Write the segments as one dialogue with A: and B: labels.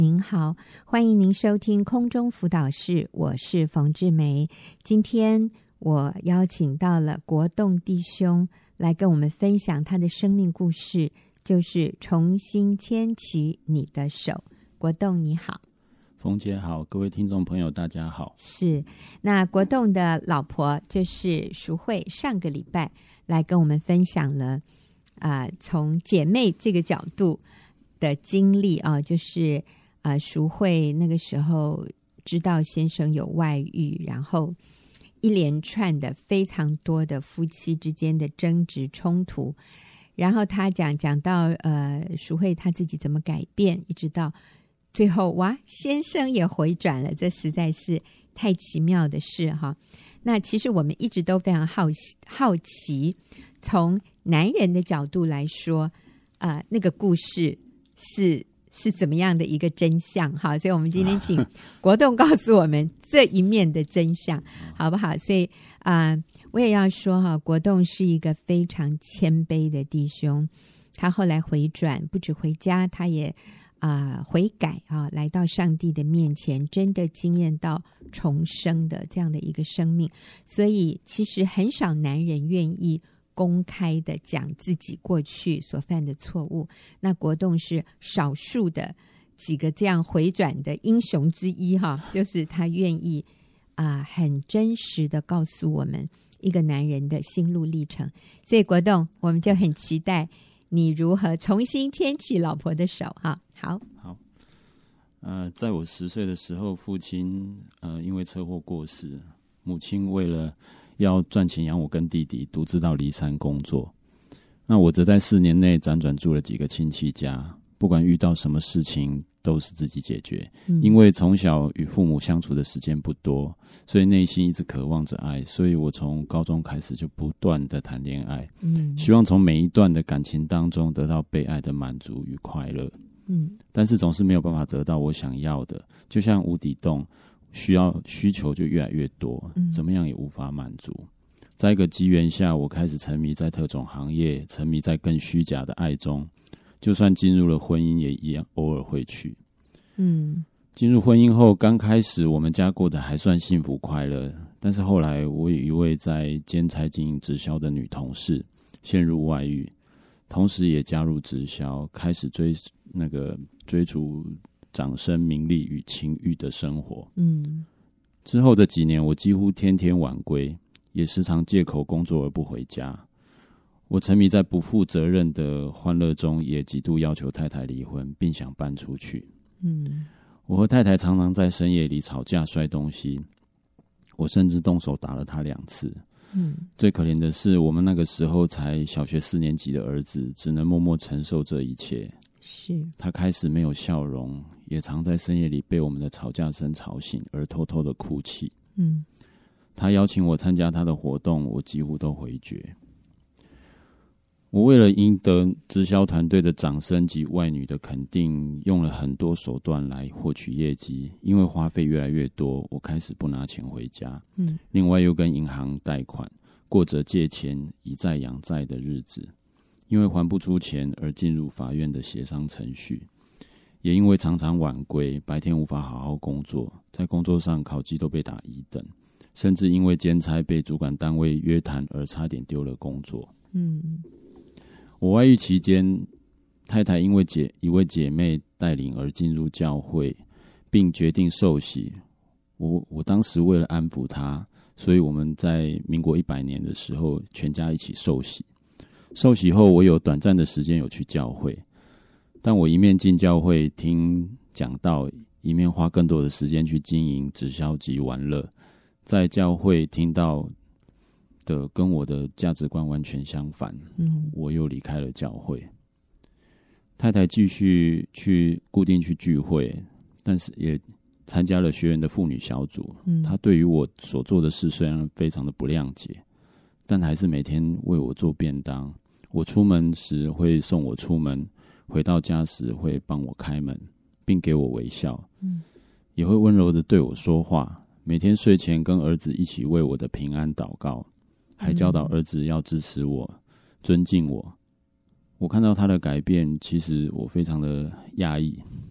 A: 您好，欢迎您收听空中辅导室，我是冯志梅。今天我邀请到了国栋弟兄来跟我们分享他的生命故事，就是重新牵起你的手。国栋你好。
B: 冯姐好，各位听众朋友大家好。
A: 是，那国栋的老婆就是淑慧，上个礼拜来跟我们分享了从姐妹这个角度的经历啊，就是淑慧那个时候知道先生有外遇，然后一连串的非常多的夫妻之间的争执冲突，然后他讲到淑慧他自己怎么改变，一直到最后哇，先生也回转了，这实在是太奇妙的事哈。那其实我们一直都非常好奇，从男人的角度来说那个故事是怎么样的一个真相？好，所以我们今天请国栋告诉我们这一面的真相，好不好？所以我也要说哈，国栋是一个非常谦卑的弟兄，他后来回转，不止回家，他也悔改来到上帝的面前，真的经验到重生的这样的一个生命。所以其实很少男人愿意公开的讲自己过去所犯的错误，那国栋是少数的几个这样回转的英雄之一哈，就是他愿意很真实的告诉我们一个男人的心路历程。所以国栋，我们就很期待你如何重新牵起老婆的手哈。好，
B: 在我10岁的时候，父亲因为车祸过世，母亲为了要赚钱养我跟弟弟，独自到梨山工作。那我则在4年内辗转住了几个亲戚家，不管遇到什么事情都是自己解决。因为从小与父母相处的时间不多，所以内心一直渴望着爱，所以我从高中开始就不断的谈恋爱，希望从每一段的感情当中得到被爱的满足与快乐。但是总是没有办法得到我想要的，就像无底洞，需求就越来越多，怎么样也无法满足。在一个机缘下，我开始沉迷在特种行业，沉迷在更虚假的爱中，就算进入了婚姻也一样偶尔会去。进入婚姻后，刚开始我们家过得还算幸福快乐，但是后来我与一位在兼差经营直销的女同事陷入外遇，同时也加入直销，开始追逐掌声、名利与情欲的生活。之后的几年，我几乎天天晚归，也时常借口工作而不回家。我沉迷在不负责任的欢乐中，也几度要求太太离婚，并想搬出去。我和太太常常在深夜里吵架、摔东西，我甚至动手打了她2次。最可怜的是，我们那个时候才小学4年级的儿子，只能默默承受这一切。他开始没有笑容，也常在深夜里被我们的吵架声吵醒，而偷偷的哭泣。他邀请我参加他的活动，我几乎都回绝。我为了赢得直销团队的掌声及外女的肯定，用了很多手段来获取业绩。因为花费越来越多，我开始不拿钱回家。另外又跟银行贷款，过着借钱以债养债的日子。因为还不出钱而进入法院的协商程序，也因为常常晚归，白天无法好好工作，在工作上考绩都被打1等，甚至因为兼差被主管单位约谈而差点丢了工作。我外遇期间，太太因为一位姐妹带领而进入教会，并决定受洗。我当时为了安抚她，所以我们在民国100年的时候，全家一起受洗。受洗后，我有短暂的时间有去教会，但我一面进教会听讲道，一面花更多的时间去经营直销及玩乐。在教会听到的跟我的价值观完全相反，我又离开了教会。太太继续固定去聚会，但是也参加了学员的妇女小组。她对于我所做的事虽然非常的不谅解，但还是每天为我做便当。我出门时会送我出门，回到家时会帮我开门，并给我微笑。也会温柔地对我说话。每天睡前跟儿子一起为我的平安祷告，还教导儿子要支持我、尊敬我。我看到他的改变，其实我非常的讶异。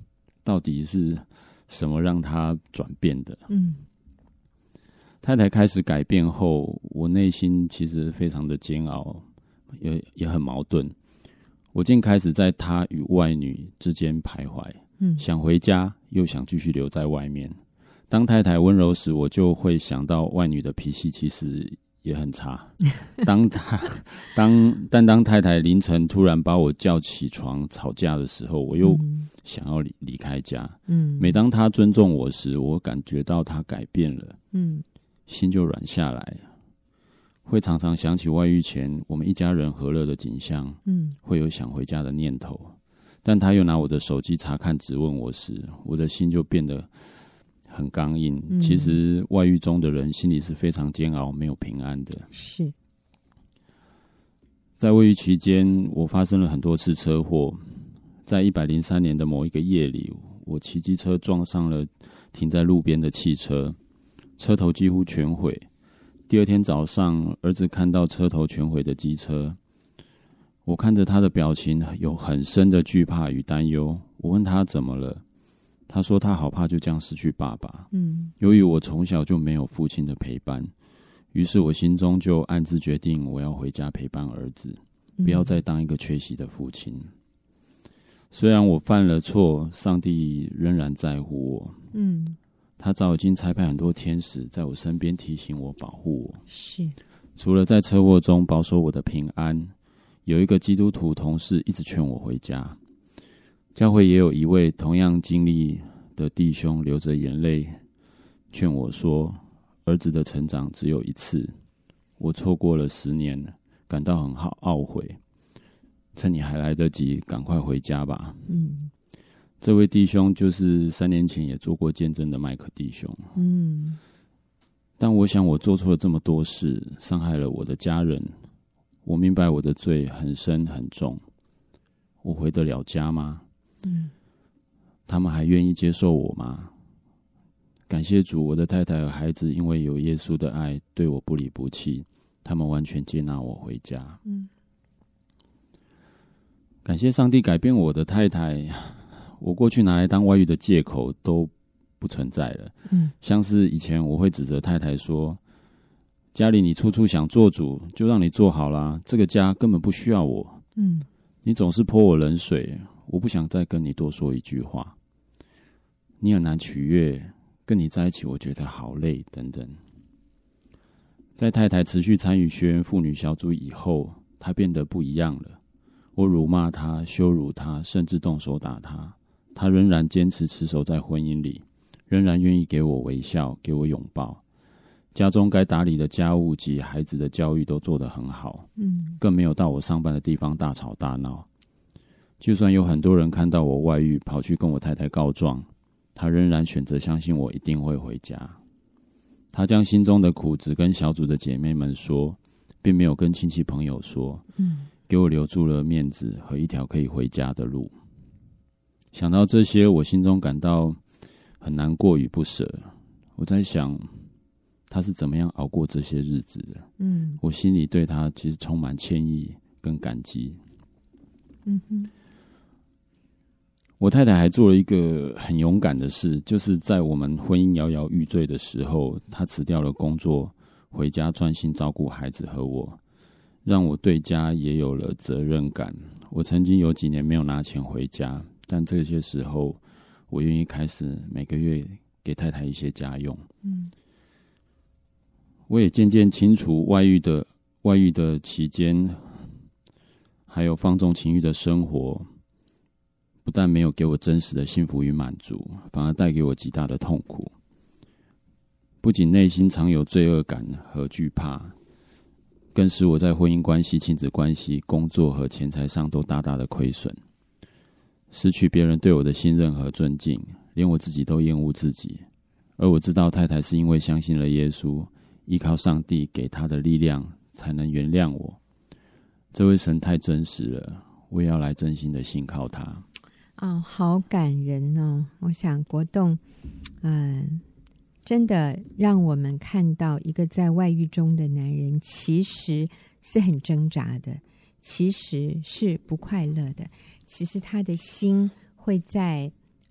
B: 到底是什么让他转变的？太太开始改变后，我内心其实非常的煎熬，也很矛盾。我竟开始在他与外女之间徘徊，想回家又想继续留在外面。当太太温柔时，我就会想到外女的脾气其实也很差。当太太凌晨突然把我叫起床吵架的时候，我又想要离开家。每当她尊重我时，我感觉到她改变了，心就软下来，会常常想起外遇前我们一家人和乐的景象，会有想回家的念头。但她又拿我的手机查看质问我时，我的心就变得很刚硬。其实外遇中的人心里是非常煎熬，没有平安的。
A: 是
B: 在外遇期间，我发生了很多次车祸。在103年的某一个夜里，我骑机车撞上了停在路边的汽车，车头几乎全毁。第二天早上，儿子看到车头全毁的机车，我看着他的表情有很深的惧怕与担忧。我问他怎么了，他说他好怕就这样失去爸爸。由于我从小就没有父亲的陪伴，于是我心中就暗自决定，我要回家陪伴儿子，不要再当一个缺席的父亲。虽然我犯了错，上帝仍然在乎我。他早已经差派很多天使在我身边提醒我、保护我。
A: 是，
B: 除了在车祸中保守我的平安，有一个基督徒同事一直劝我回家。教会也有一位同样经历的弟兄流着眼泪劝我说，儿子的成长只有一次，我错过了10年，感到很懊悔，趁你还来得及，赶快回家吧。这位弟兄就是3年前也做过见证的麦克弟兄。但我想我做错了这么多事，伤害了我的家人，我明白我的罪很深很重，我回得了家吗？他们还愿意接受我吗？感谢主，我的太太和孩子因为有耶稣的爱，对我不离不弃，他们完全接纳我回家。感谢上帝改变我的太太，我过去拿来当外遇的借口都不存在了。像是以前我会指责太太说，家里你处处想做主，就让你做好啦，这个家根本不需要我。你总是泼我冷水，我不想再跟你多说一句话。你很难取悦，跟你在一起我觉得好累等等。在太太持续参与学员妇女小组以后，她变得不一样了。我辱骂她、羞辱她，甚至动手打她，她仍然坚持持守在婚姻里，仍然愿意给我微笑，给我拥抱。家中该打理的家务及孩子的教育都做得很好，更没有到我上班的地方大吵大闹。就算有很多人看到我外遇，跑去跟我太太告状，她仍然选择相信我一定会回家。她将心中的苦只跟小组的姐妹们说，并没有跟亲戚朋友说，给我留住了面子和一条可以回家的路。想到这些，我心中感到很难过与不舍。我在想，他是怎么样熬过这些日子的？我心里对他其实充满歉意跟感激。我太太还做了一个很勇敢的事，就是在我们婚姻摇摇欲坠的时候，她辞掉了工作，回家专心照顾孩子和我，让我对家也有了责任感。我曾经有几年没有拿钱回家，但这些时候我愿意开始每个月给太太一些家用。我也渐渐清楚外遇的期间，还有放纵情欲的生活，不但没有给我真实的幸福与满足，反而带给我极大的痛苦。不仅内心常有罪恶感和惧怕，更使我在婚姻关系、亲子关系、工作和钱财上都大大的亏损，失去别人对我的信任和尊敬，连我自己都厌恶自己。而我知道太太是因为相信了耶稣，依靠上帝给他的力量，才能原谅我。这位神太真实了，我也要来真心的信靠他。
A: 好感人哦！我想国栋，真的让我们看到一个在外遇中的男人其实是很挣扎的，其实是不快乐的，其实他的心会在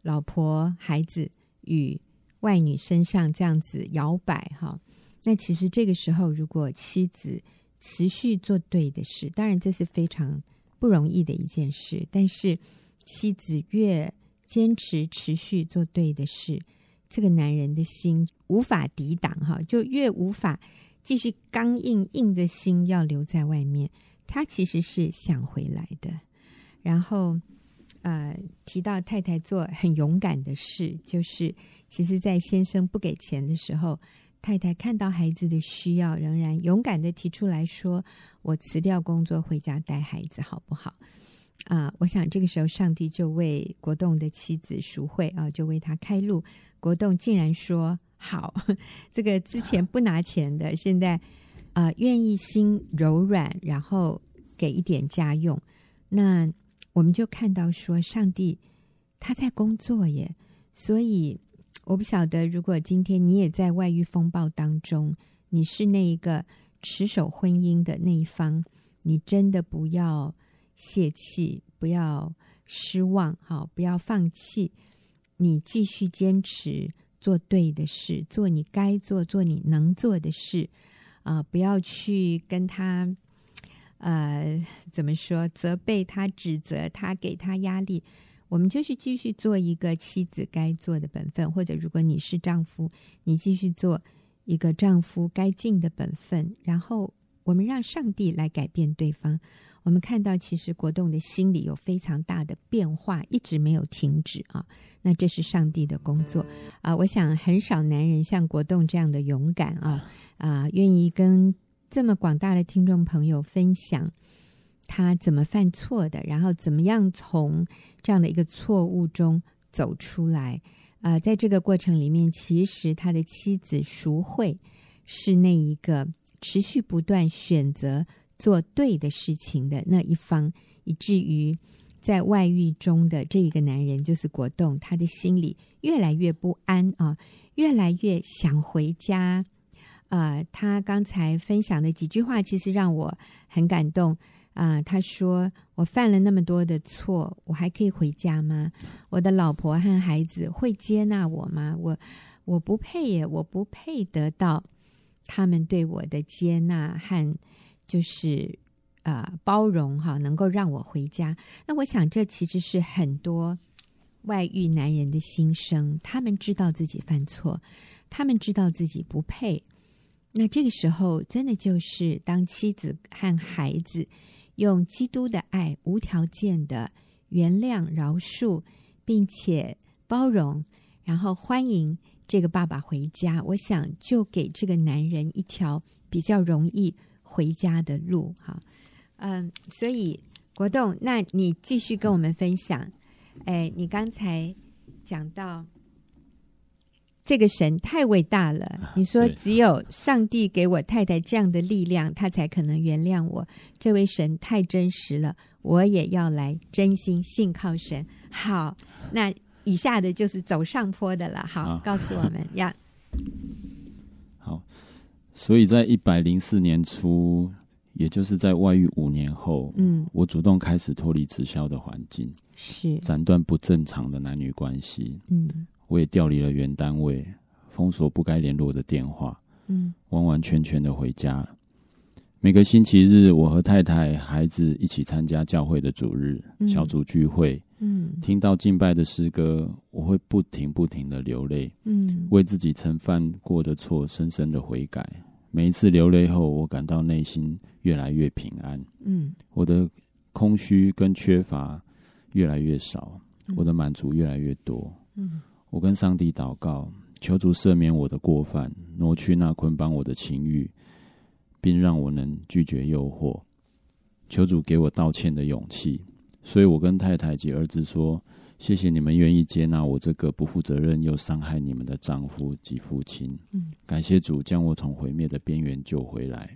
A: 老婆孩子与外女身上这样子摇摆哈。那其实这个时候如果妻子持续做对的事，当然这是非常不容易的一件事，但是妻子越坚持持续做对的事，这个男人的心无法抵挡哈，就越无法继续刚硬着心要留在外面，他其实是想回来的。然后提到太太做很勇敢的事，就是其实在先生不给钱的时候，太太看到孩子的需要，仍然勇敢的提出来说，我辞掉工作回家带孩子好不好？我想这个时候上帝就为国栋的妻子赎慧就为他开路。国栋竟然说好，这个之前不拿钱的，现在愿意心柔软，然后给一点家用。那我们就看到说上帝他在工作耶。所以我不晓得，如果今天你也在外遇风暴当中，你是那一个持守婚姻的那一方，你真的不要泄气，不要失望，不要放弃，你继续坚持做对的事，做你该做，做你能做的事不要去跟他怎么说，责备他，指责他，给他压力。我们就是继续做一个妻子该做的本分，或者如果你是丈夫，你继续做一个丈夫该尽的本分，然后我们让上帝来改变对方。我们看到其实国栋的心里有非常大的变化，一直没有停止那这是上帝的工作我想很少男人像国栋这样的勇敢愿意跟这么广大的听众朋友分享他怎么犯错的，然后怎么样从这样的一个错误中走出来在这个过程里面，其实他的妻子赎慧是那一个持续不断选择做对的事情的那一方，以至于在外遇中的这一个男人就是国栋，他的心里越来越不安越来越想回家他刚才分享的几句话其实让我很感动他说，我犯了那么多的错，我还可以回家吗？我的老婆和孩子会接纳我吗？我不配耶，我不配得到他们对我的接纳和就是包容能够让我回家。那我想这其实是很多外遇男人的心声，他们知道自己犯错，他们知道自己不配。那这个时候真的就是当妻子和孩子用基督的爱无条件的原谅饶恕并且包容，然后欢迎这个爸爸回家，我想就给这个男人一条比较容易回家的路所以国栋，那你继续跟我们分享你刚才讲到这个神太伟大了，你说只有上帝给我太太这样的力量，他才可能原谅我，这位神太真实了，我也要来真心信靠神。好，那以下的就是走上坡的了。好，告诉我们要
B: 好，所以在104年初，也就是在外遇5年后我主动开始脱离直销的环境，是斩断不正常的男女关系我也调离了原单位，封锁不该联络的电话完完全全的回家了。每个星期日，我和太太孩子一起参加教会的主日小组聚会听到敬拜的诗歌，我会不停的流泪为自己曾犯过的错深深的悔改。每一次流泪后，我感到内心越来越平安我的空虚跟缺乏越来越少我的满足越来越多我跟上帝祷告，求主赦免我的过犯，挪去那捆绑我的情欲，并让我能拒绝诱惑。求主给我道歉的勇气。所以我跟太太及儿子说，谢谢你们愿意接纳我这个不负责任又伤害你们的丈夫及父亲感谢主将我从毁灭的边缘救回来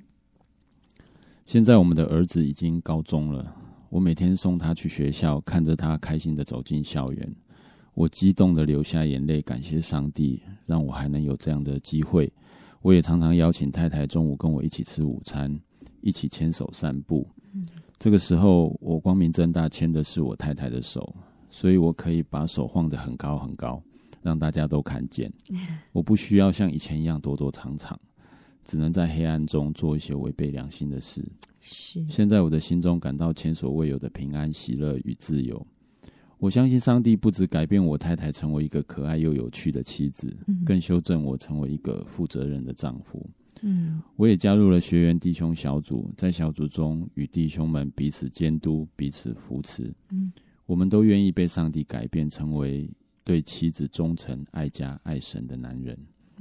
B: 现在我们的儿子已经高中了，我每天送他去学校，看着他开心地走进校园，我激动地流下眼泪，感谢上帝让我还能有这样的机会。我也常常邀请太太中午跟我一起吃午餐，一起牵手散步这个时候我光明正大牵的是我太太的手， 所以我可以把手晃得很高很高，让大家都看见。我不需要像以前一样躲躲藏藏，只能在黑暗中做一些违背良心的事。
A: 是，
B: 现在我的心中感到前所未有的平安、喜乐与自由。我相信上帝不只改变我太太成为一个可爱又有趣的妻子，更修正我成为一个负责任的丈夫。我也加入了学员弟兄小组，在小组中与弟兄们彼此监督、彼此扶持。我们都愿意被上帝改变，成为对妻子忠诚、爱家、爱神的男人。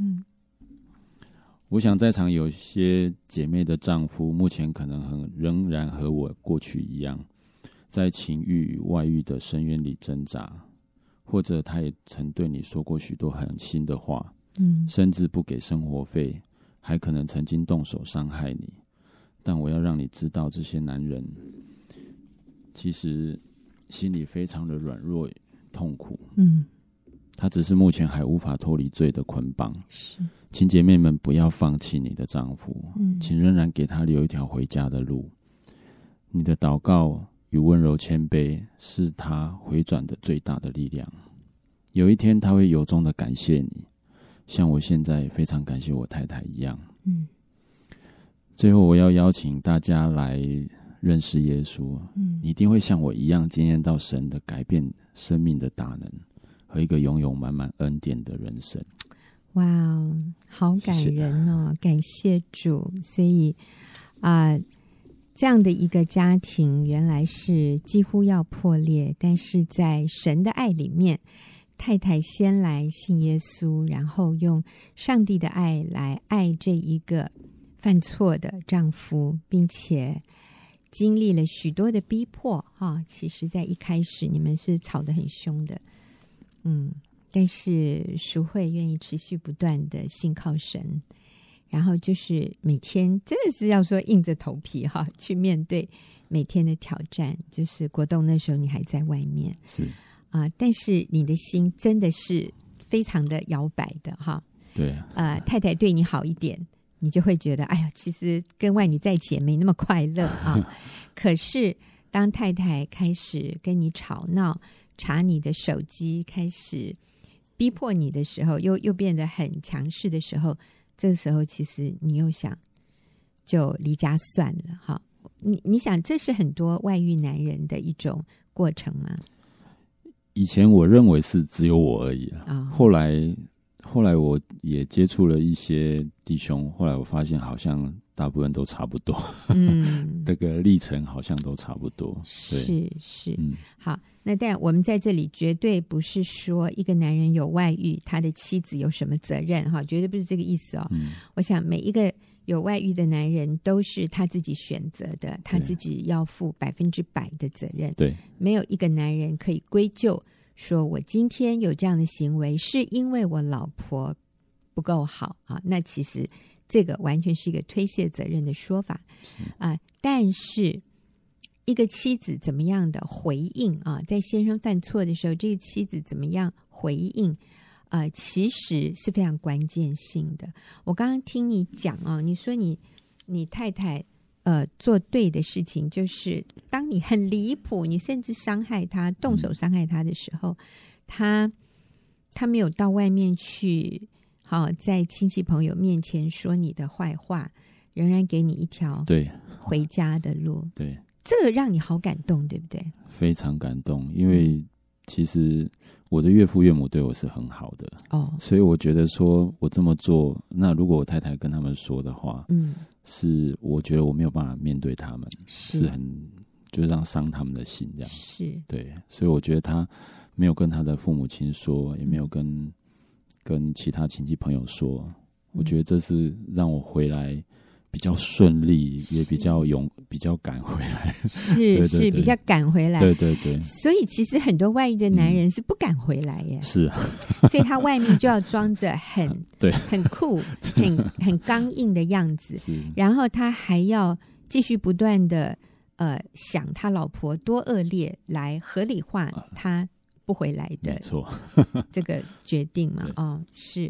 B: 我想在场有些姐妹的丈夫，目前可能仍然和我过去一样，在情欲与外遇的深渊里挣扎，或者他也曾对你说过许多狠心的话，甚至不给生活费，还可能曾经动手伤害你。但我要让你知道，这些男人其实心里非常的软弱痛苦。他只是目前还无法脱离罪的捆绑。请姐妹们不要放弃你的丈夫，请仍然给他留一条回家的路。你的祷告与温柔谦卑是他回转的最大的力量。有一天他会由衷的感谢你，像我现在非常感谢我太太一样。最后我要邀请大家来认识耶稣。你一定会像我一样经验到神的改变生命的大能和一个拥有满满恩典的人生。
A: 哇哦，好感人哦！感谢主。所以这样的一个家庭原来是几乎要破裂，但是在神的爱里面，太太先来信耶稣，然后用上帝的爱来爱这一个犯错的丈夫，并且经历了许多的逼迫其实在一开始你们是吵得很凶的，但是淑慧愿意持续不断的信靠神，然后就是每天真的是要说硬着头皮去面对每天的挑战。就是国栋那时候你还在外面，
B: 是
A: 但是你的心真的是非常的摇摆的
B: 对
A: 太太对你好一点，你就会觉得哎呀，其实跟外女在一起也没那么快乐可是当太太开始跟你吵闹，查你的手机，开始逼迫你的时候，又变得很强势的时候，这个时候其实你又想就离家算了你想这是很多外遇男人的一种过程吗？
B: 以前我认为是只有我而已后来我也接触了一些弟兄，后来我发现好像大部分都差不多这个历程好像都差不多。
A: 是好，那但我们在这里绝对不是说一个男人有外遇他的妻子有什么责任绝对不是这个意思我想每一个有外遇的男人都是他自己选择的，他自己要负100%的责任。对，没有一个男人可以归咎说我今天有这样的行为是因为我老婆不够好那其实这个完全是一个推卸责任的说法但是一个妻子怎么样的回应在先生犯错的时候，这个妻子怎么样回应其实是非常关键性的。我刚刚听你讲你说你太太做对的事情，就是当你很离谱，你甚至伤害他，动手伤害他的时候，他没有到外面去在亲戚朋友面前说你的坏话，仍然给你一条回家的路。对，这个让你好感动，对不对？非常感动，因为其实我的岳父岳母对我是很好的所以我觉得说我这么做，那如果我太太跟他们说的话是我觉得我没有办法面对他们，是很就是让伤他们的心这样。是对，所以我觉得他没有跟他的父母亲说，也没有跟其他亲戚朋友说，我觉得这是让我回来比较顺利，也比较赶回来。是比较赶回来。对。所以其实很多外遇的男人是不敢回来耶。是所以他外面就要装着很酷很刚硬的样子，然后他还要继续不断的想他老婆多恶劣，来合理化他不回来的没错这个决定嘛。是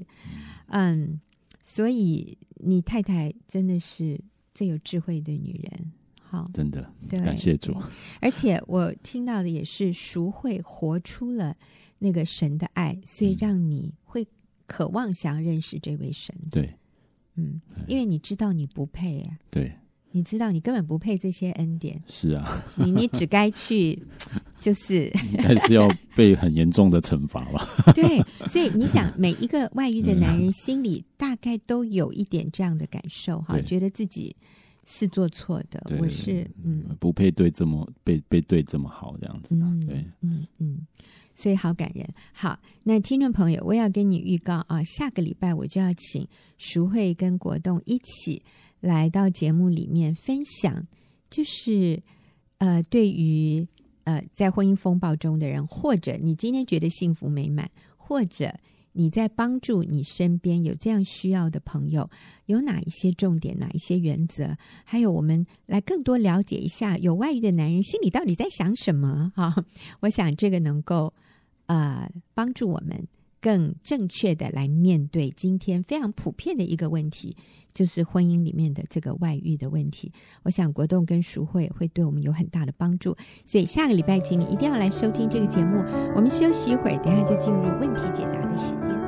A: 所以你太太真的是最有智慧的女人好，
B: 真的
A: 对，
B: 感谢主。
A: 而且我听到的也是赎会活出了那个神的爱，所以让你会渴望想要认识这位神。
B: 对，
A: 因为你知道你不配啊，
B: 对，
A: 你知道你根本不配这些恩典。
B: 是啊，
A: 你只该去，就是
B: 应该是要被很严重的惩罚吧？
A: 对，所以你想，每一个外遇的男人心里大概都有一点这样的感受哈，觉得自己是做错的，我是
B: 不配对这么被对这么好这样子，对，
A: 所以好感人。好，那听众朋友，我要跟你预告啊，下个礼拜我就要请淑慧跟国栋一起来到节目里面分享，就是对于在婚姻风暴中的人，或者你今天觉得幸福美满，或者你在帮助你身边有这样需要的朋友，有哪一些重点，哪一些原则，还有我们来更多了解一下有外遇的男人心里到底在想什么我想这个能够帮助我们更正确的来面对今天非常普遍的一个问题，就是婚姻里面的这个外遇的问题。我想国栋跟淑慧会对我们有很大的帮助，所以下个礼拜请你一定要来收听这个节目。我们休息一会儿，等一下就进入问题解答的时间。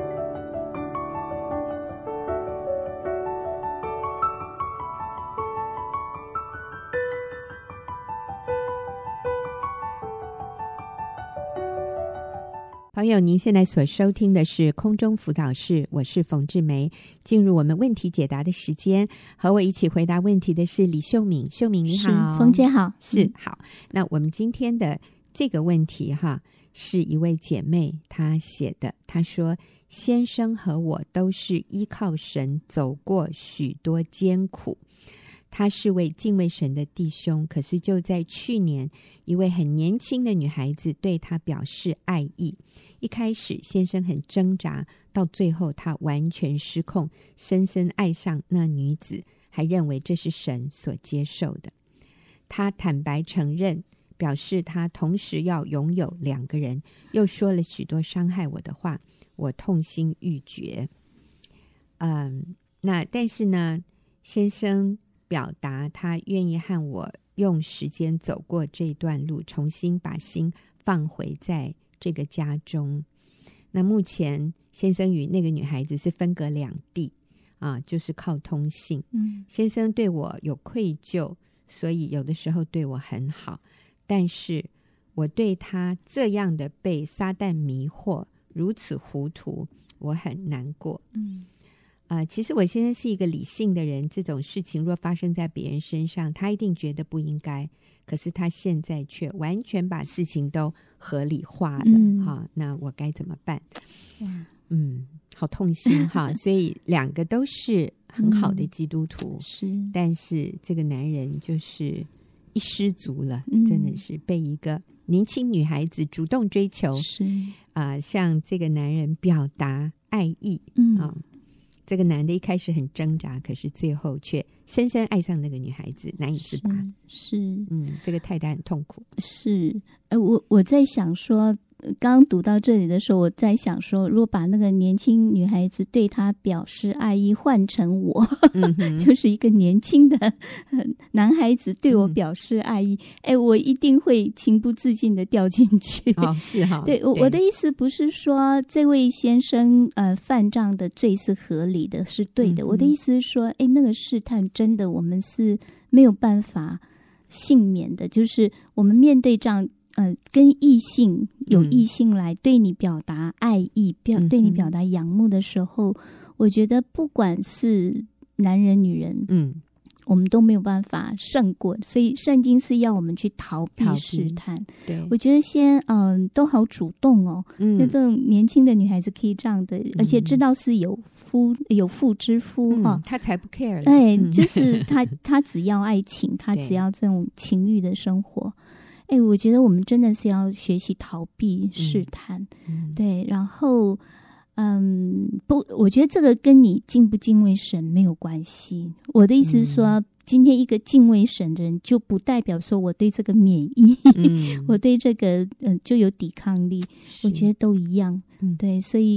A: 朋友，您现在所收听的是空中辅导室，我是冯志梅。进入我们问题解答的时间，和我一起回答问题的是李秀敏。秀敏你好。
C: 冯姐好。
A: 是好。那我们今天的这个问题是一位姐妹她写的，她说先生和我都是依靠神走过许多艰苦，他是位敬畏神的弟兄，可是就在去年，一位很年轻的女孩子对他表示爱意。一开始先生很挣扎，到最后他完全失控，深深爱上那女子，还认为这是神所接受的。他坦白承认，表示他同时要拥有2个人，又说了许多伤害我的话，我痛心欲绝。但是呢，先生表达他愿意和我用时间走过这段路，重新把心放回在这个家中。那目前先生与那个女孩子是分隔2地就是靠通信。先生对我有愧疚，所以有的时候对我很好，但是我对他这样的被撒旦迷惑，如此糊涂，我很难过。其实我先生是一个理性的人，这种事情若发生在别人身上，他一定觉得不应该，可是他现在却完全把事情都合理化了。那我该怎么办？好痛心所以2个都是很好的基督徒，但是这个男人就是一失足了，真的是被一个年轻女孩子主动追求，向这个男人表达爱意。这个男的一开始很挣扎，可是最后却深深爱上那个女孩子，难以自拔。这个太太很痛苦。
C: 我在想说，刚读到这里的时候，我在想说，如果把那个年轻女孩子对他表示爱意换成我，就是一个年轻的男孩子对我表示爱意，我一定会情不自禁的掉进去。对，我的意思不是说这位先生犯这样的罪是合理的，是对的。我的意思是说，那个试探真的我们是没有办法幸免的，就是我们面对这样跟异性有异性来对你表达爱意，对你表达仰慕的时候，我觉得不管是男人女人，我们都没有办法胜过，所以圣经是要我们去逃避试探。对，我觉得先都好主动哦。那这种年轻的女孩子可以这样的，而且知道是有妇之夫
A: 她才不 care 了。
C: 就是她只要爱情，她只要这种情欲的生活。我觉得我们真的是要学习逃避试探。对，然后不，我觉得这个跟你敬不敬畏神没有关系。我的意思是说，今天一个敬畏神的人，就不代表说我对这个免疫，我对这个就有抵抗力。我觉得都一样。对，所以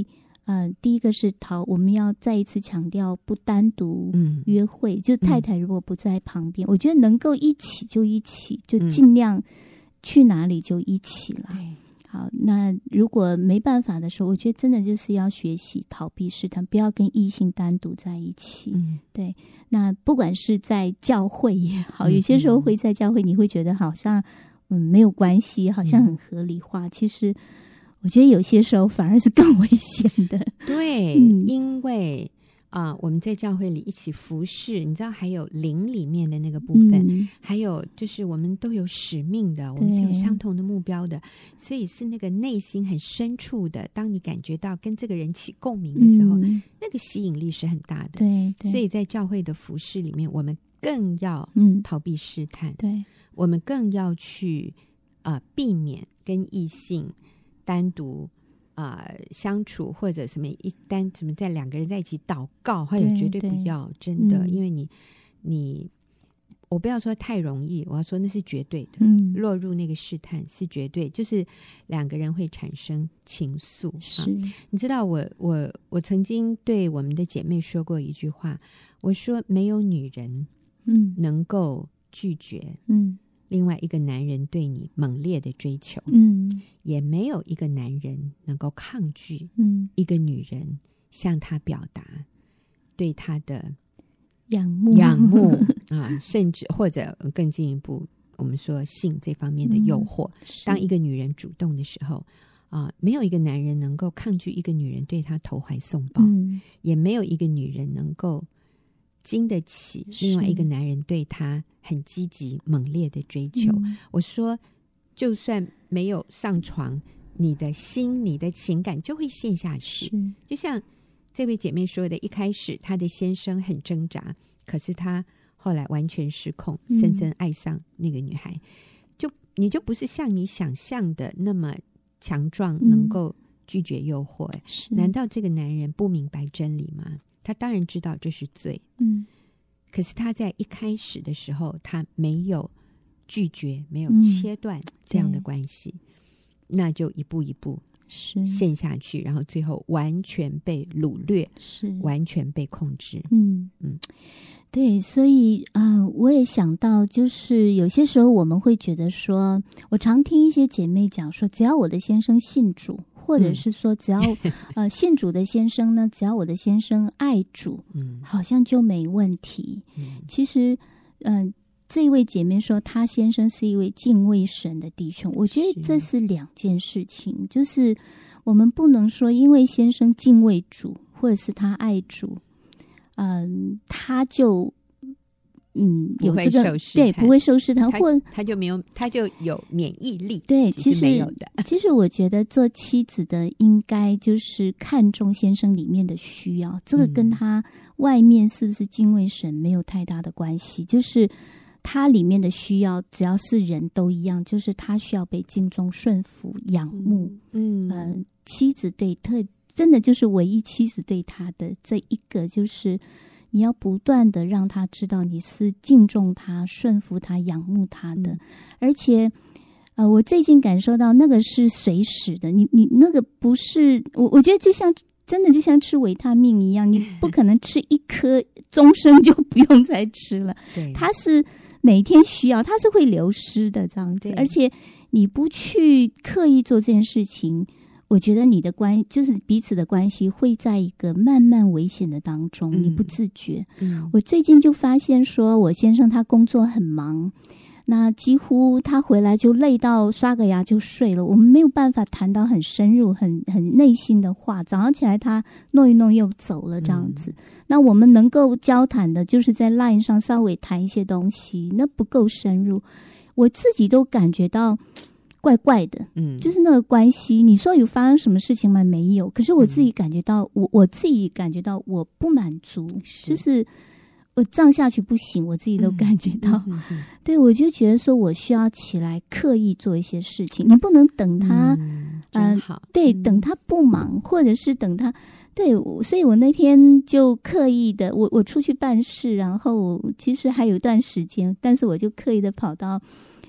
C: 第一个是我们要再一次强调不单独约会，就太太如果不在旁边，我觉得能够一起就一起，就尽量去哪里就一起了。好，那如果没办法的时候，我觉得真的就是要学习逃避试探，不要跟异性单独在一起。对，那不管是在教会也好，有些时候会在教会，你会觉得好像没有关系，好像很合理化，其实我觉得有些时候反而是更危险的。
A: 对，因为我们在教会里一起服侍，你知道还有灵里面的那个部分，还有就是我们都有使命的，我们是有相同的目标的，所以是那个内心很深处的，当你感觉到跟这个人起共鸣的时候，那个吸引力是很大的。对，所以在教会的服侍里面，我们更要逃避试探，对，我们更要去避免跟异性单独相处，或者什么什么在两个人在一起祷告，还有绝对不要，真的，因为你我不要说太容易，我要说那是绝对的，落入那个试探是绝对，就是两个人会产生情愫。是，你知道我曾经对我们的姐妹说过一句话，我说没有女人能够拒绝另外一个男人对你猛烈的追求，也没有一个男人能够抗拒一个女人向他表达对他的
C: 仰慕
A: 甚至或者更进一步，我们说性这方面的诱惑。当一个女人主动的时候没有一个男人能够抗拒一个女人对他投怀送抱，也没有一个女人能够经得起另外一个男人对他很积极猛烈的追求。我说就算没有上床，你的心你的情感就会陷下去，就像这位姐妹说的，一开始她的先生很挣扎，可是她后来完全失控，深深爱上那个女孩，你就不是像你想象的那么强壮，能够拒绝诱惑。难道这个男人不明白真理吗？他当然知道这是罪，可是他在一开始的时候，他没有拒绝，没有切断这样的关系，那就一步一步陷下去，然后最后完全被掳掠，完全被控制。
C: 对，所以我也想到，就是有些时候我们会觉得说，我常听一些姐妹讲说，只要我的先生信主，或者是说只要信主的先生呢，只要我的先生爱主，好像就没问题。其实这一位姐妹说她先生是一位敬畏神的弟兄，我觉得这是两件事情，就是我们不能说因为先生敬畏主或者是他爱主他就有这个对不会受试探，或
A: 他就没有，他就有免疫力。
C: 对，
A: 其实没有的。
C: 其实我觉得做妻子的应该就是看重先生里面的需要，这个跟他外面是不是敬畏神没有太大的关系，就是他里面的需要，只要是人都一样，就是他需要被敬重、顺服、仰慕。妻子对真的就是唯一妻子对他的这一个，就是你要不断的让他知道你是敬重他、顺服他、仰慕他的。而且我最近感受到那个是随时的，你那个不是我觉得就像真的就像吃维他命一样，你不可能吃一颗终生就不用再吃了。它是每天需要，它是会流失的这样子。而且你不去刻意做这件事情，我觉得你的就是彼此的关系会在一个慢慢危险的当中，你不自觉。我最近就发现说，我先生他工作很忙，那几乎他回来就累到刷个牙就睡了，我们没有办法谈到很深入很内心的话，早上起来他弄一弄又走了这样子。那我们能够交谈的就是在 LINE 上稍微谈一些东西，那不够深入，我自己都感觉到怪怪的，就是那个关系，你说有发生什么事情吗？没有，可是我自己感觉到，我自己感觉到我不满足，就是我这样下去不行，我自己都感觉到。对，我就觉得说我需要起来刻意做一些事情，你不能等他，对，等他不忙，或者是等他。对，所以我那天就刻意的，我出去办事，然后其实还有一段时间，但是我就刻意的跑到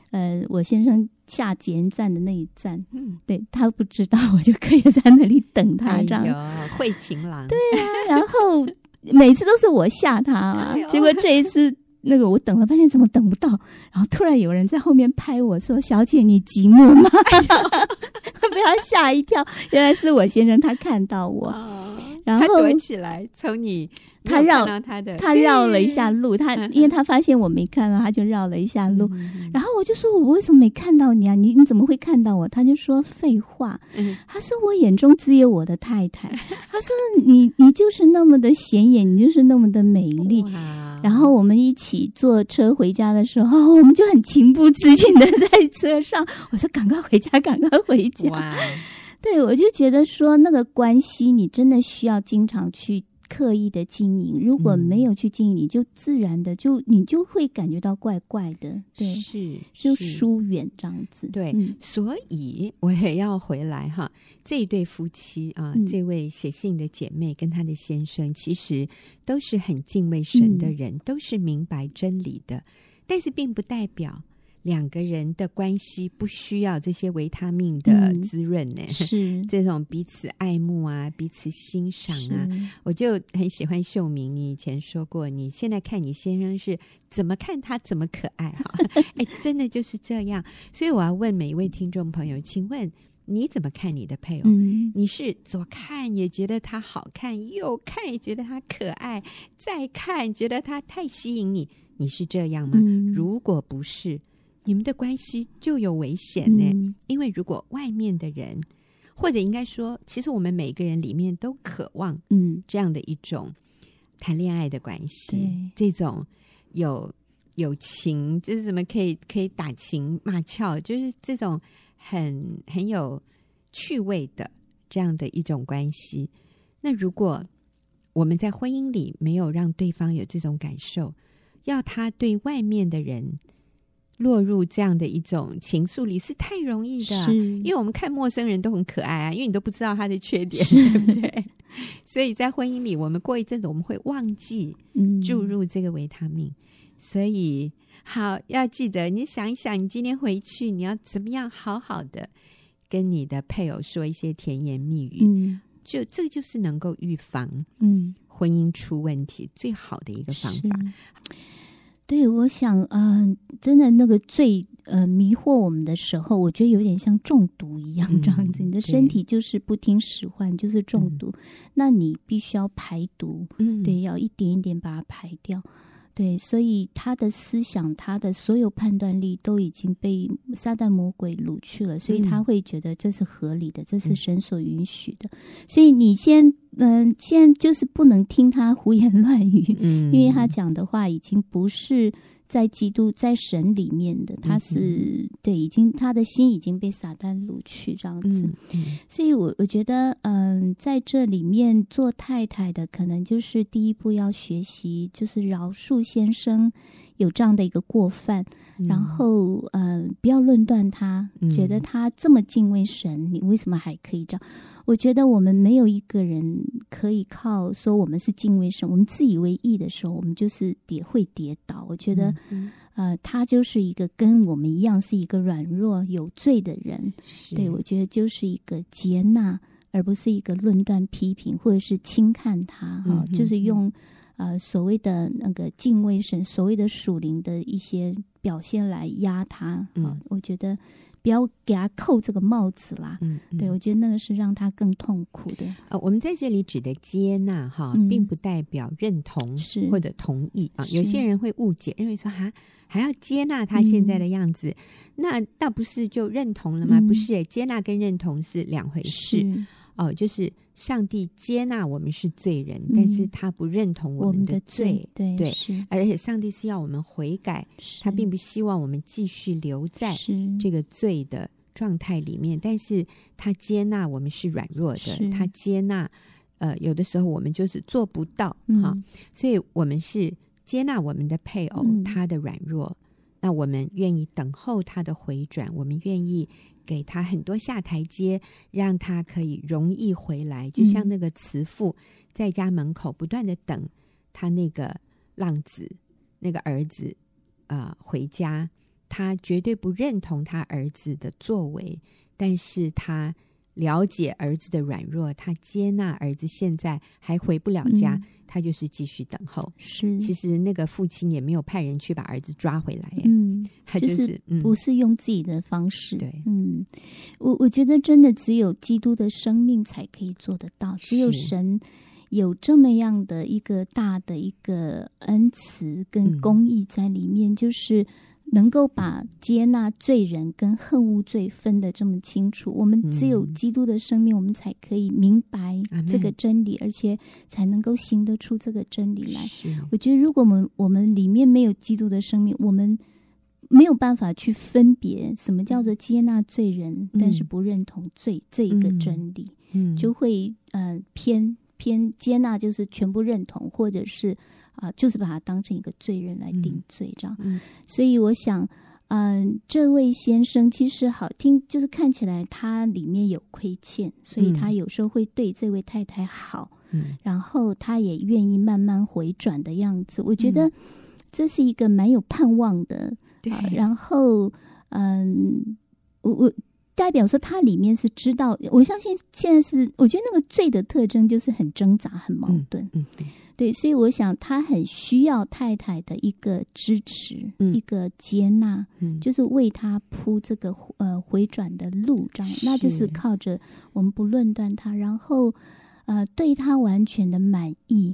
C: 我先生下捷运站的那一站，对，他不知道，我就可以在那里等他，这样
A: 会情郎。
C: 对啊，然后每次都是我吓他啊，结果这一次那个我等了半天怎么等不到，然后突然有人在后面拍我说：“小姐，你寂寞吗？”被他吓一跳，原来是我先生，他看到我。然后
A: 他躲起来，从你
C: 他绕他绕了一下路，因为他发现我没看到，他就绕了一下路。然后我就说：“我为什么没看到你啊？你怎么会看到我？”他就说：“废话。”他说：“我眼中只有我的太太。”他说：“你就是那么的显眼，你就是那么的美丽。”然后我们一起坐车回家的时候，我们就很情不自禁的在车上，我说：“赶快回家，赶快回家。”哇！对，我就觉得说那个关系你真的需要经常去刻意的经营，如果没有去经营，你就自然的你就会感觉到怪怪的，对，就疏远这样子。
A: 对，所以我也要回来哈，这一对夫妻啊，这位写信的姐妹跟她的先生其实都是很敬畏神的人，都是明白真理的，但是并不代表两个人的关系不需要这些维他命的滋润呢，
C: 是
A: 这种彼此爱慕啊，彼此欣赏啊。我就很喜欢秀明，你以前说过，你现在看你先生是怎么看他怎么可爱哈，哎，真的就是这样。所以我要问每一位听众朋友，请问你怎么看你的配偶？你是左看也觉得他好看，右看也觉得他可爱，再看觉得他太吸引你，你是这样吗？如果不是，你们的关系就有危险呢，因为如果外面的人，或者应该说，其实我们每个人里面都渴望这样的一种谈恋爱的关系，这种有情，就是什么可以打情骂俏，就是这种很有趣味的这样的一种关系。那如果我们在婚姻里没有让对方有这种感受，要他对外面的人落入这样的一种情愫里是太容易的，因为我们看陌生人都很可爱啊，因为你都不知道他的缺点，对不对？所以在婚姻里，我们过一阵子我们会忘记注入这个维他命，所以好要记得，你想一想，你今天回去你要怎么样好好的跟你的配偶说一些甜言蜜语，就这个就是能够预防婚姻出问题最好的一个方法。
C: 对，我想真的那个最迷惑我们的时候，我觉得有点像中毒一样这样子，你的身体就是不听使唤，就是中毒，那你必须要排毒，对，要一点一点把它排掉。对，所以他的思想，他的所有判断力都已经被撒旦魔鬼掳去了，所以他会觉得这是合理的，这是神所允许的。所以你现在就是不能听他胡言乱语，因为他讲的话已经不是在基督在神里面的，他是对，已经他的心已经被撒旦掳去这样子。所以我觉得在这里面做太太的可能就是第一步要学习，就是饶恕先生有这样的一个过犯，然后不要论断他，觉得他这么敬畏神，你为什么还可以这样？我觉得我们没有一个人可以靠说我们是敬畏神，我们自以为义的时候，我们就是会跌倒。我觉得他就是一个跟我们一样是一个软弱有罪的人，对，我觉得就是一个接纳，而不是一个论断批评或者是轻看他就是用所谓的那个敬畏神，所谓的属灵的一些表现来压他我觉得不要给他扣这个帽子啦，对，我觉得那个是让他更痛苦的。
A: 我们在这里指的接纳并不代表认同或者同意有些人会误解，认为说还要接纳他现在的样子，那倒不是就认同了吗？不是接纳跟认同是两回事就是上帝接纳我们是罪人，但是他不认同我们的罪，对，而且上帝是要我们悔改，他并不希望我们继续留在这个罪的状态里面，但是他接纳我们是软弱的，他接纳有的时候我们就是做不到所以我们是接纳我们的配偶他的软弱，那我们愿意等候他的回转，我们愿意给他很多下台阶，让他可以容易回来，就像那个慈父在家门口不断的等他那个浪子那个儿子回家， 他绝对不认同他儿子的作为，但是他了解儿子的软弱，他接纳儿子现在还回不了家，他就是继续等候。
C: 是，
A: 其实那个父亲也没有派人去把儿子抓回来，他
C: 就是不是用自己的方式。
A: 对，
C: 我觉得真的只有基督的生命才可以做得到，只有神有这么样的一个大的一个恩慈跟公义在里面，就是能够把接纳罪人跟恨恶罪分得这么清楚。我们只有基督的生命，我们才可以明白这个真理，而且才能够行得出这个真理来。我觉得如果我们里面没有基督的生命，我们没有办法去分别什么叫做接纳罪人，但是不认同罪这一个真理，就会偏接纳就是全部认同，或者是就是把他当成一个罪人来定罪这样。所以我想这位先生其实好听，就是看起来他里面有亏欠，所以他有时候会对这位太太好，然后他也愿意慢慢回转的样子。我觉得这是一个蛮有盼望的。然后我代表说他里面是知道，我相信现在是，我觉得那个罪的特征就是很挣扎很矛盾，对，所以我想他很需要太太的一个支持，一个接纳，就是为他铺这个回转的路，这样，那就是靠着我们不论断他，然后对他完全的满意。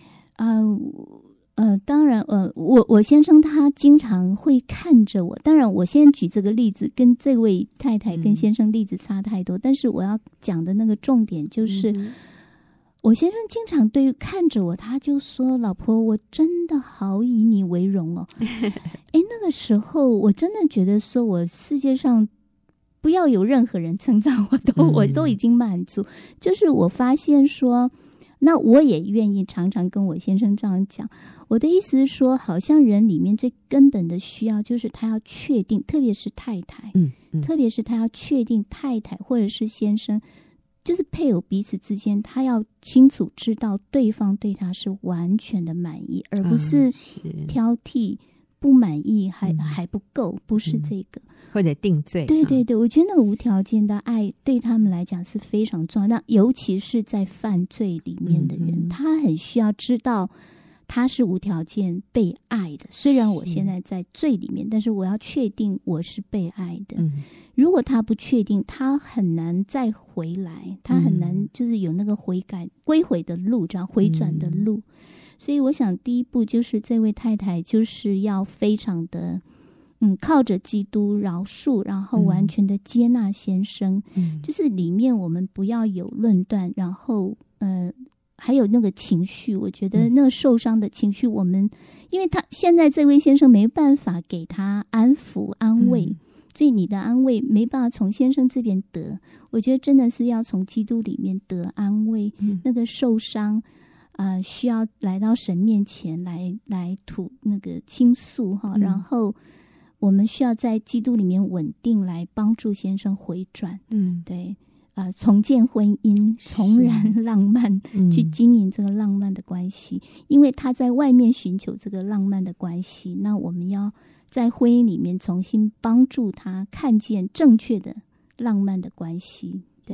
C: 当然，我先生他经常会看着我。当然，我先举这个例子，跟这位太太跟先生例子差太多。但是我要讲的那个重点就是，我先生经常看着我，他就说：“老婆，我真的好以你为荣哦。”那个时候我真的觉得说，我世界上不要有任何人称赞我都已经满足。就是我发现说，那我也愿意常常跟我先生这样讲。我的意思是说，好像人里面最根本的需要就是他要确定，特别是太太，特别是他要确定太太或者是先生，就是配偶彼此之间，他要清楚知道对方对他是完全的满意，而不是挑剔、不满意还不够，不是这个，
A: 或者定罪。
C: 对对对，我觉得那个无条件的爱对他们来讲是非常重要，那尤其是在犯罪里面的人，他很需要知道他是无条件被爱的。虽然我现在在罪里面，但是我要确定我是被爱的。如果他不确定，他很难再回来，他很难就是有那个归回的路，这样回转的路。所以我想第一步就是这位太太就是要非常的靠着基督饶恕，然后完全的接纳先生，就是里面我们不要有论断，然后还有那个情绪，我觉得那个受伤的情绪，我们因为他现在这位先生没办法给他安抚安慰，所以你的安慰没办法从先生这边得，我觉得真的是要从基督里面得安慰，那个受伤需要来到神面前来吐那个倾诉哈，然后我们需要在基督里面稳定，来帮助先生回转，对，重建婚姻，重燃浪漫，去经营这个浪漫的关系。因为他在外面寻求这个浪漫的关系，那我们要在婚姻里面重新帮助他看见正确的浪漫的关系。对，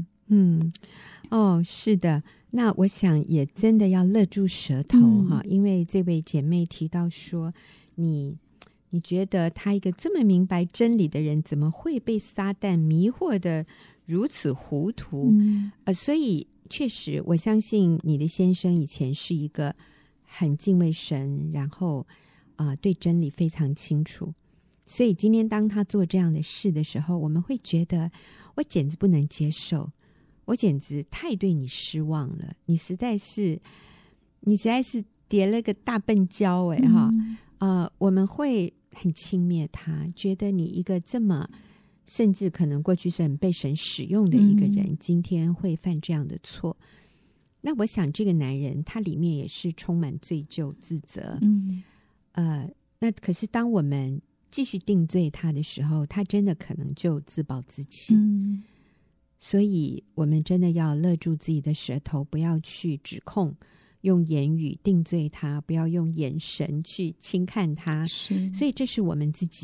A: 是的。那我想也真的要勒住舌头哈，因为这位姐妹提到说，你觉得他一个这么明白真理的人，怎么会被撒旦迷惑的如此糊涂？所以确实，我相信你的先生以前是一个很敬畏神，然后对真理非常清楚。所以今天当他做这样的事的时候，我们会觉得我简直不能接受，我简直太对你失望了，你实在是跌了个大笨跤我们会很轻蔑他，觉得你一个这么甚至可能过去是很被神使用的一个人，今天会犯这样的错。那我想这个男人他里面也是充满罪疚自责，那可是当我们继续定罪他的时候，他真的可能就自暴自弃，所以我们真的要勒住自己的舌头，不要去指控，用言语定罪他，不要用眼神去轻看他。所以这是我们自己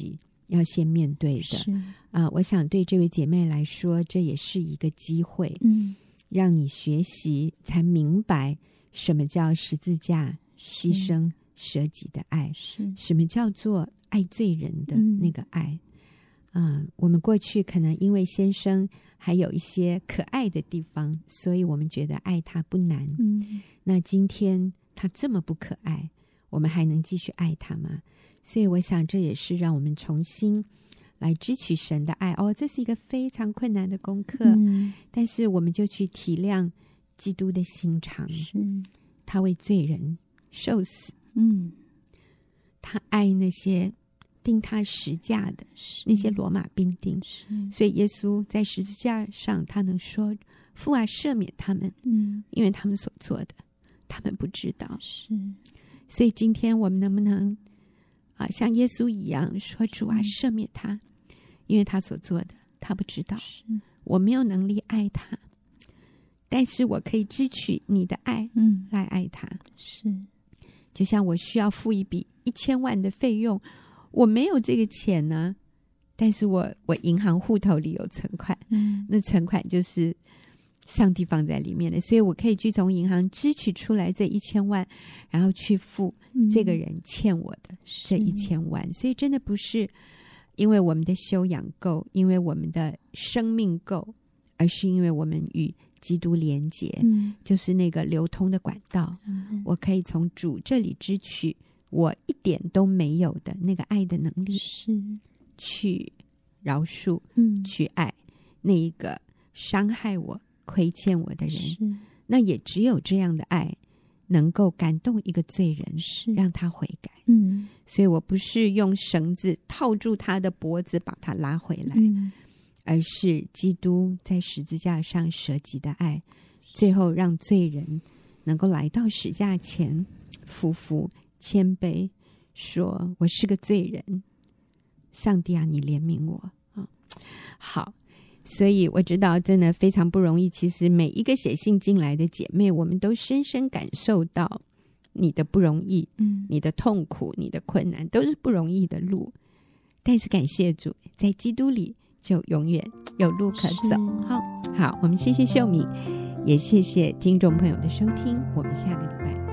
A: 要先面对的我想对这位姐妹来说，这也是一个机会，让你学习才明白什么叫十字架牺牲舍己的爱，什么叫做爱罪人的那个爱。我们过去可能因为先生还有一些可爱的地方，所以我们觉得爱他不难。那今天他这么不可爱，我们还能继续爱他吗？所以我想这也是让我们重新来支取神的爱。这是一个非常困难的功课，但是我们就去体谅基督的心肠，他为罪人受死，他爱那些钉他十架的那些罗马兵丁，所以耶稣在十字架上他能说，父啊，赦免他们，因为他们所做的他们不知道。所以今天我们能不能像耶稣一样说，主啊，赦免他，因为他所做的他不知道，我没有能力爱他，但是我可以支取你的爱来爱他。就像我需要付一笔1000万的费用，我没有这个钱呢，但是我银行户头里有存款，那存款就是上帝放在里面的，所以我可以去从银行支取出来这1000万，然后去付这个人欠我的这1000万。所以真的不是因为我们的修养够，因为我们的生命够，而是因为我们与基督连结，就是那个流通的管道，我可以从主这里支取我一点都没有的那个爱的能力，去饶恕，去爱那一个伤害我亏欠我的人。那也只有这样的爱能够感动一个罪人，让他悔改。所以我不是用绳子套住他的脖子把他拉回来，而是基督在十字架上舍己的爱，最后让罪人能够来到十字架前，俯伏谦卑，说我是个罪人，上帝啊，你怜悯我。好，所以我知道真的非常不容易。其实每一个写信进来的姐妹，我们都深深感受到你的不容易，你的痛苦，你的困难，都是不容易的路。但是感谢主，在基督里就永远有路可走。好，我们谢谢秀敏，也谢谢听众朋友的收听，我们下个礼拜